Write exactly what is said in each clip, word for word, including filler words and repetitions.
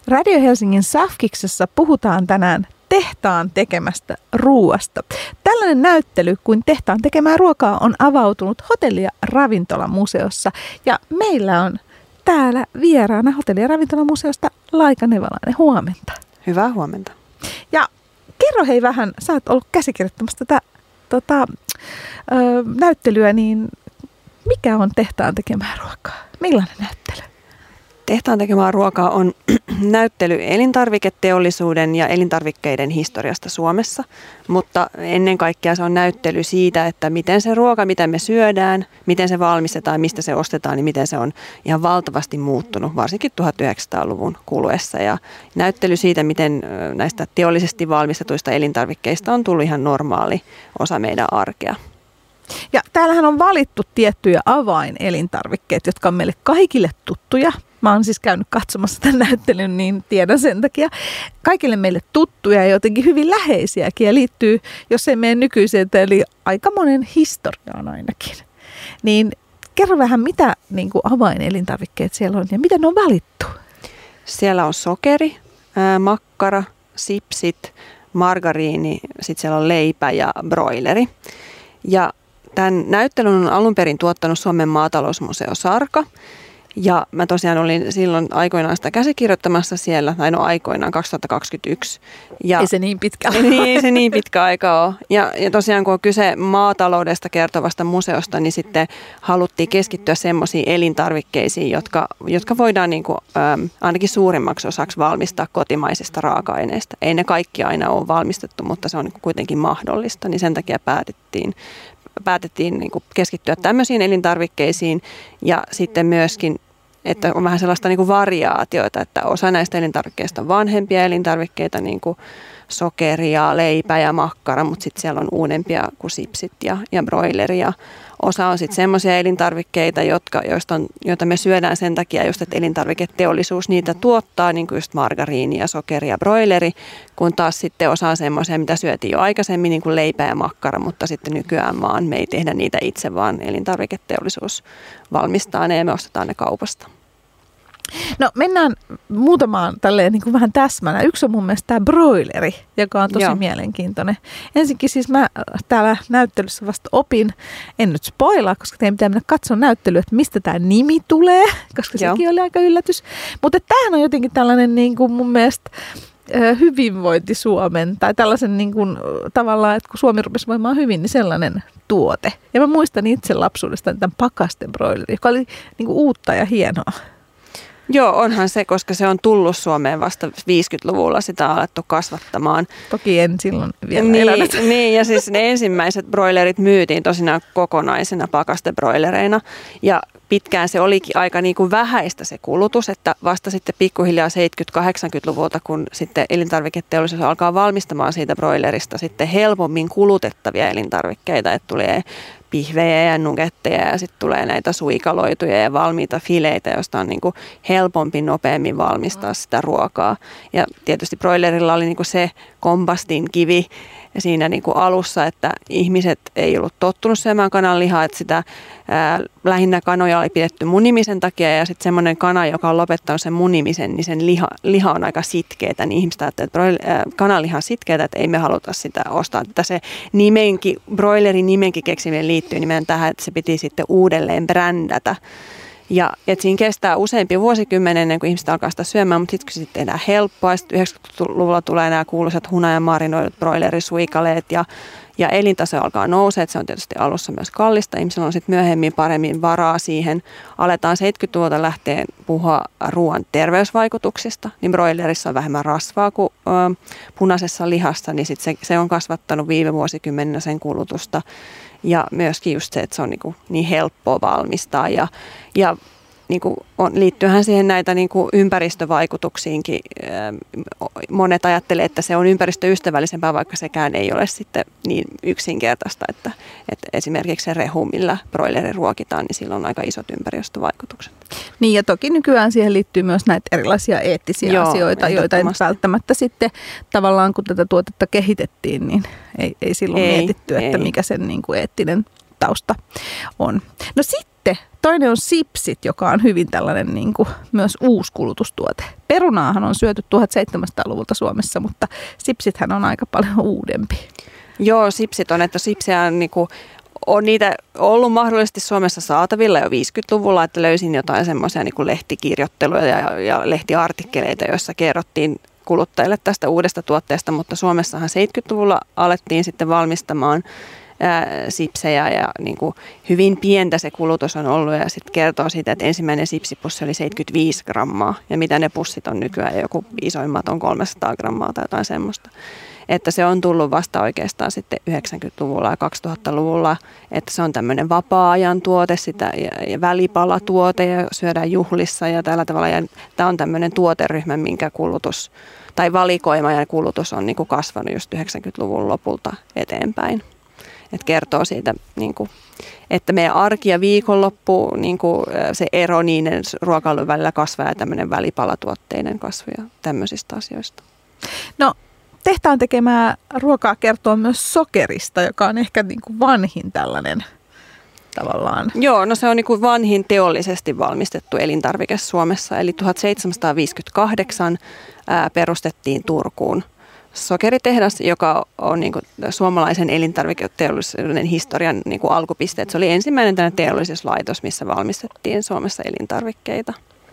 Radio Helsingin Safkiksessa puhutaan tänään tehtaan tekemästä ruuasta. Tällainen näyttely kuin tehtaan tekemää ruokaa on avautunut Hotelli- ja ravintolamuseossa. Ja meillä on täällä vieraana Hotelli- ja ravintolamuseosta Laika Nevalainen. Huomenta. Hyvää huomenta. Ja kerro hei vähän, sä oot ollut käsikirjoittamassa tätä tota, ö, näyttelyä, niin mikä on tehtaan tekemää ruokaa? Millainen näyttely? Tehtaan tekemää ruokaa on näyttely elintarviketeollisuuden ja elintarvikkeiden historiasta Suomessa, mutta ennen kaikkea se on näyttely siitä, että miten se ruoka, mitä me syödään, miten se valmistetaan, mistä se ostetaan, niin miten se on ihan valtavasti muuttunut, varsinkin tuhatyhdeksänsataaluvun kuluessa. Ja näyttely siitä, miten näistä teollisesti valmistetuista elintarvikkeista on tullut ihan normaali osa meidän arkea. Ja täällähän on valittu tiettyjä avainelintarvikkeita, jotka on meille kaikille tuttuja. Mä oon siis käynyt katsomassa tämän näyttelyn, niin tiedän sen takia. Kaikille meille tuttuja ja jotenkin hyvin läheisiäkin ja liittyy, jos ei meidän nykyiseen, eli aika monen historiaan ainakin. Niin kerro vähän, mitä niin kuin avainelintarvikkeet siellä on ja miten ne on valittu? Siellä on sokeri, ää, makkara, sipsit, margariini, sitten siellä on leipä ja broileri. Ja tämän näyttelyn on alun perin tuottanut Suomen maatalousmuseo Sarka. Ja mä tosiaan olin silloin aikoinaan sitä käsikirjoittamassa siellä, tai no aikoinaan kaksituhattakaksikymmentäyksi. Ja ei se niin pitkä ole. Niin, ei se niin pitkä aika ole. Ja, ja tosiaan kun on kyse maataloudesta kertovasta museosta, niin sitten haluttiin keskittyä semmoisiin elintarvikkeisiin, jotka, jotka voidaan niin kuin, ähm, ainakin suurimmaksi osaksi valmistaa kotimaisista raaka-aineista. Ei ne kaikki aina ole valmistettu, mutta se on niin kuin kuitenkin mahdollista, niin sen takia päätettiin. Päätettiin niin kuin keskittyä tämmöisiin elintarvikkeisiin ja sitten myöskin, että on vähän sellaista niin kuin variaatioita, että osa näistä elintarvikkeista on vanhempia elintarvikkeita, niin kuin sokeria, leipä ja makkara, mutta sitten siellä on uudempia kuin sipsit ja, ja broileri ja osa on sitten semmoisia elintarvikkeita, jotka, joista on, joita me syödään sen takia, just, että elintarviketeollisuus niitä tuottaa, niin kuin just margariini ja sokeri ja broileri, kun taas sitten osa on semmoisia, mitä syötiin jo aikaisemmin, niin kuin leipä ja makkara, mutta sitten nykyään vaan me ei tehdä niitä itse, vaan elintarviketeollisuus valmistaa ne ja me ostetaan ne kaupasta. No mennään muutamaan tälleen niin kuin vähän täsmänä. Yksi on mun mielestä tämä broileri, joka on tosi Joo. mielenkiintoinen. Ensinnäkin siis mä täällä näyttelyssä vasta opin, en nyt spoilaa, koska teidän pitää mennä katsoa näyttelyä, että mistä tämä nimi tulee, koska Joo. sekin oli aika yllätys. Mutta tämähän on jotenkin tällainen niin kuin mun mielestä hyvinvointi Suomen, tai tällaisen niin kuin, tavallaan, että kun Suomi rupesi voimaan hyvin, niin sellainen tuote. Ja mä muistan itse lapsuudesta tämän pakastebroileri, joka oli niin kuin uutta ja hienoa. Joo, onhan se, koska se on tullut Suomeen vasta viisikymmentäluvulla, sitä on alettu kasvattamaan. Toki en silloin vielä niin, elänyt. Niin, ja siis ne ensimmäiset broilerit myytiin tosinaan kokonaisena pakastebroilereina. Ja pitkään se olikin aika niin kuin vähäistä se kulutus, että vasta sitten pikkuhiljaa seitsemänkymmentä-kahdeksankymmentäluvulta, kun sitten elintarviketeollisuus alkaa valmistamaan siitä broilerista sitten helpommin kulutettavia elintarvikkeita, että tulee pihvejä ja nugetteja ja sitten tulee näitä suikaloituja ja valmiita fileitä, joista on niin kuin helpompi, nopeammin valmistaa sitä ruokaa. Ja tietysti broilerilla oli niin kuin se kompastin kivi siinä niin kuin alussa, että ihmiset ei ollut tottunut syömään kananlihaa, että sitä ää, lähinnä kanoja oli pidetty munimisen takia ja sitten semmoinen kana, joka on lopettanut sen munimisen, niin sen liha, liha on aika sitkeätä, niin ihmiset ajattelevat, että ää, kananliha on sitkeätä, että ei me haluta sitä ostaa. Että se nimenkin, broilerin nimenkin keksiminen liittyy nimenomaan tähän, että se piti sitten uudelleen brändätä. Ja että siinä kestää useampi vuosikymmenen ennen kuin ihmiset alkaa sitä syömään, mutta sitten kun sitten tehdään helppoa, sitten yhdeksänkymmentäluvulla tulee nämä kuuluisat hunajan marinoidut broilerisuikaleet ja, ja elintaso alkaa nousee, että se on tietysti alussa myös kallista. Ihmisillä on sitten myöhemmin paremmin varaa siihen. Aletaan seitsemänkymmentäluvulta lähtien puhua ruoan terveysvaikutuksista, niin broilerissa on vähemmän rasvaa kuin ö, punaisessa lihassa, niin sitten se, se on kasvattanut viime vuosikymmeninä sen kulutusta. Ja myöskin just se, että se on niin, kuin niin helppoa valmistaa ja, ja niin kuin on, liittyyhän siihen näitä niin kuin ympäristövaikutuksiinkin. Monet ajattelee, että se on ympäristöystävällisempää, vaikka sekään ei ole sitten niin yksinkertaista, että, että esimerkiksi se rehu, millä broileri ruokitaan, niin sillä on aika isot ympäristövaikutukset. Niin ja toki nykyään siihen liittyy myös näitä erilaisia eettisiä Joo, asioita, joita ei välttämättä sitten tavallaan kun tätä tuotetta kehitettiin, niin ei, ei silloin ei, mietitty, että ei. mikä sen niin kuin eettinen tausta on. No sitten sitten toinen on sipsit, joka on hyvin tällainen niin kuin myös uusi kulutustuote. Perunaahan on syöty tuhatseitsemänsataaluvulta Suomessa, mutta sipsithän on aika paljon uudempi. Joo, sipsit on, että sipsiä on, niin kuin, on niitä ollut mahdollisesti Suomessa saatavilla jo viisikymmentäluvulla, että löysin jotain semmoisia niin kuin lehtikirjoitteluja ja, ja lehtiartikkeleita, joissa kerrottiin kuluttajille tästä uudesta tuotteesta, mutta Suomessahan seitsemänkymmentäluvulla alettiin sitten valmistamaan ää, sipsejä ja niin kuin hyvin pientä se kulutus on ollut ja sitten kertoo siitä, että ensimmäinen sipsipussi oli seitsemänkymmentäviisi grammaa ja mitä ne pussit on nykyään, joku isoimmat on kolmesataa grammaa tai jotain semmoista. Että se on tullut vasta oikeastaan sitten yhdeksänkymmentäluvulla ja kaksituhattaluvulla, että se on tämmöinen vapaa-ajan tuote sitä, ja, ja välipalatuote ja syödään juhlissa ja tällä tavalla. Ja tämä on tämmöinen tuoteryhmä, minkä kulutus tai valikoima ja kulutus on niin kuin kasvanut just yhdeksänkymmentäluvun lopulta eteenpäin. Et kertoo siitä, niin kuin, että meidän arki ja viikonloppu, niin kuin se ero niiden ruokailun välillä kasvaa ja tämmöinen välipalatuotteiden kasvu ja tämmöisistä asioista. No. Tehtaan tekemää ruokaa kertoo myös sokerista, joka on ehkä niin kuin vanhin tällainen tavallaan. Joo, no se on niin kuin vanhin teollisesti valmistettu elintarvike Suomessa. Eli tuhatseitsemänsataaviisikymmentäkahdeksan ää, perustettiin Turkuun sokeritehdas, joka on niin kuin suomalaisen elintarviketeollisuuden historian niin kuin alkupiste. Se oli ensimmäinen tällainen teollisuuslaitos, missä valmistettiin Suomessa elintarvikkeita.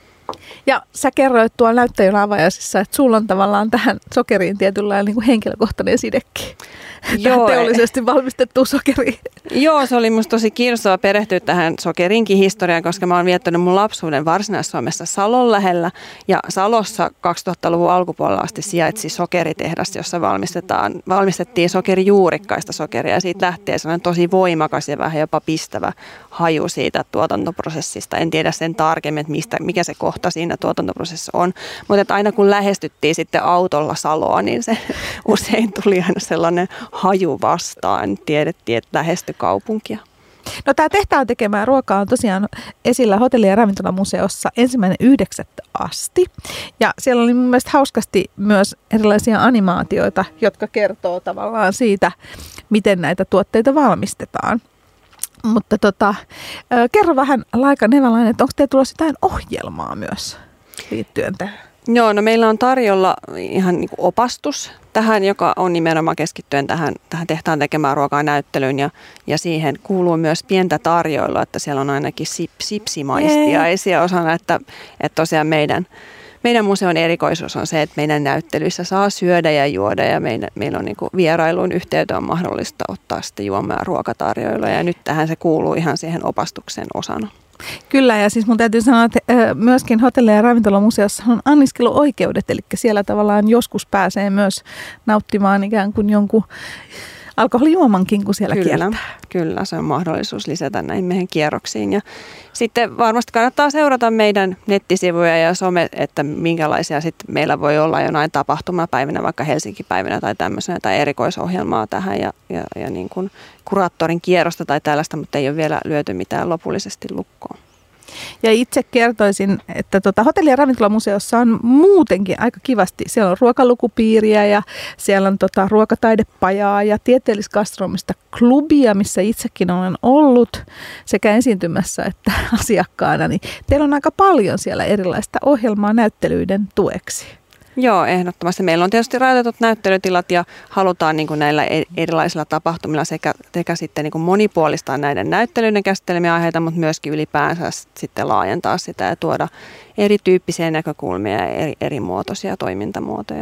Ja sä kerroit tuolla näyttäjän avajaisissa, että sulla on tavallaan tähän sokeriin tietynlainen niin kuin henkilökohtainen sidekin. Tähän teollisesti valmistettuun sokeriin. Joo, se oli musta tosi kiinnostavaa perehtyä tähän sokerinkin historiaan, koska mä oon viettänyt mun lapsuuden Varsinais-Suomessa Salon lähellä. Ja Salossa kaksituhattaluvun alkupuolella asti sijaitsi sokeritehdas, jossa valmistetaan, valmistettiin sokerijuurikkaista sokeria. Ja siitä lähtee sellainen tosi voimakas ja vähän jopa pistävä haju siitä tuotantoprosessista. En tiedä sen tarkemmin, että mistä, mikä se kohta siinä tuotantoprosessissa on. Mutta aina kun lähestyttiin sitten autolla Saloa, niin se usein tuli aina sellainen haju vastaan. Tiedettiin, että lähestyi kaupunkia. No tämä tehtaan tekemää ruokaa on tosiaan esillä hotelli- ja ravintolamuseossa ensimmäinen yhdeksättä asti. Ja siellä oli mun mielestä hauskasti myös erilaisia animaatioita, jotka kertoo tavallaan siitä, miten näitä tuotteita valmistetaan. Mutta tota, kerro vähän Laika Nevala, että onko teillä tulossa jotain ohjelmaa myös liittyen tähän? Joo, no meillä on tarjolla ihan niin kuin opastus tähän, joka on nimenomaan keskittyen tähän, tähän tehtaan tekemään ruokaa näyttelyyn ja, ja siihen kuuluu myös pientä tarjoilua, että siellä on ainakin sip, sipsimaistiaisia osana, että, että tosiaan meidän, meidän museon erikoisuus on se, että meidän näyttelyissä saa syödä ja juoda ja meidän, meillä on niin kuin vierailuun yhteyteen on mahdollista ottaa sitten juoma- ja ruokatarjoilua ja nyt tähän se kuuluu ihan siihen opastuksen osana. Kyllä, ja siis mun täytyy sanoa, että myöskin hotelli- ja ravintolamuseossa on anniskeluoikeudet, eli siellä tavallaan joskus pääsee myös nauttimaan ikään kuin jonkun alkoholijuomankin, kun siellä kyllä, kiertää. Kyllä, se on mahdollisuus lisätä näihin meidän kierroksiin. Ja sitten varmasti kannattaa seurata meidän nettisivuja ja some, että minkälaisia sitten meillä voi olla jonain tapahtumapäivinä, vaikka Helsinki-päivinä tai tämmöisenä, tai erikoisohjelmaa tähän ja, ja, ja niin kuin kuraattorin kierrosta tai tällaista, mutta ei ole vielä lyöty mitään lopullisesti lukkoon. Ja itse kertoisin, että tuota, hotelli- ja ravintolamuseossa on muutenkin aika kivasti. Siellä on ruokalukupiiriä ja siellä on tota, ruokataidepajaa ja tieteellis-gastronomista klubia, missä itsekin olen ollut sekä esiintymässä että asiakkaana. Niin teillä on aika paljon siellä erilaista ohjelmaa näyttelyiden tueksi. Joo, ehdottomasti. Meillä on tietysti rajoitetut näyttelytilat ja halutaan niin kuin näillä erilaisilla tapahtumilla sekä, sekä sitten niin kuin monipuolistaa näiden näyttelyiden käsittelemiä aiheita, mutta myöskin ylipäänsä sitten laajentaa sitä ja tuoda erityyppisiä näkökulmia ja eri, eri muotoisia toimintamuotoja.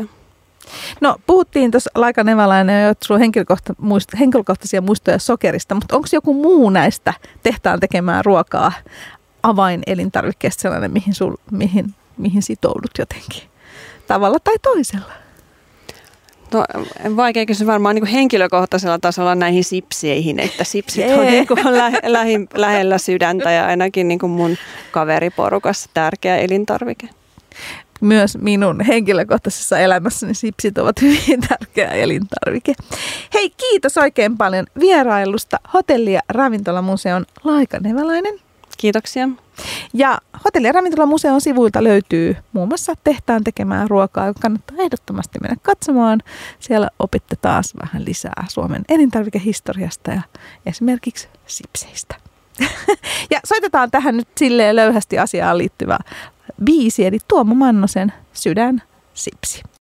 No puhuttiin tuossa Laika Nevalainen jo, että sulla on henkilökohta, muist, henkilökohtaisia muistoja sokerista, mutta onko joku muu näistä tehtaan tekemään ruokaa avainelintarvikkeesta sellainen, mihin, sul, mihin, mihin sitoudut jotenkin? Tavalla tai toisella? No vaikea kysyä varmaan niin kuin henkilökohtaisella tasolla näihin sipseihin, että sipsit on niin kuin lä- lähi- lähellä sydäntä ja ainakin niin kuin mun kaveriporukassa tärkeä elintarvike. Myös minun henkilökohtaisessa elämässäni sipsit ovat hyvin tärkeä elintarvike. Hei, kiitos oikein paljon vierailusta hotelli- ja ravintolamuseon Laika Nevalainen. Kiitoksia. Ja hotelli- ja ravintolamuseon sivuilta löytyy muun muassa tehtaan tekemää ruokaa, joka kannattaa ehdottomasti mennä katsomaan. Siellä opitte taas vähän lisää Suomen elintarvikehistoriasta ja esimerkiksi sipseistä. Ja soitetaan tähän nyt silleen löyhästi asiaan liittyvä biisi, eli Tuomo Mannosen Sydän sipsi.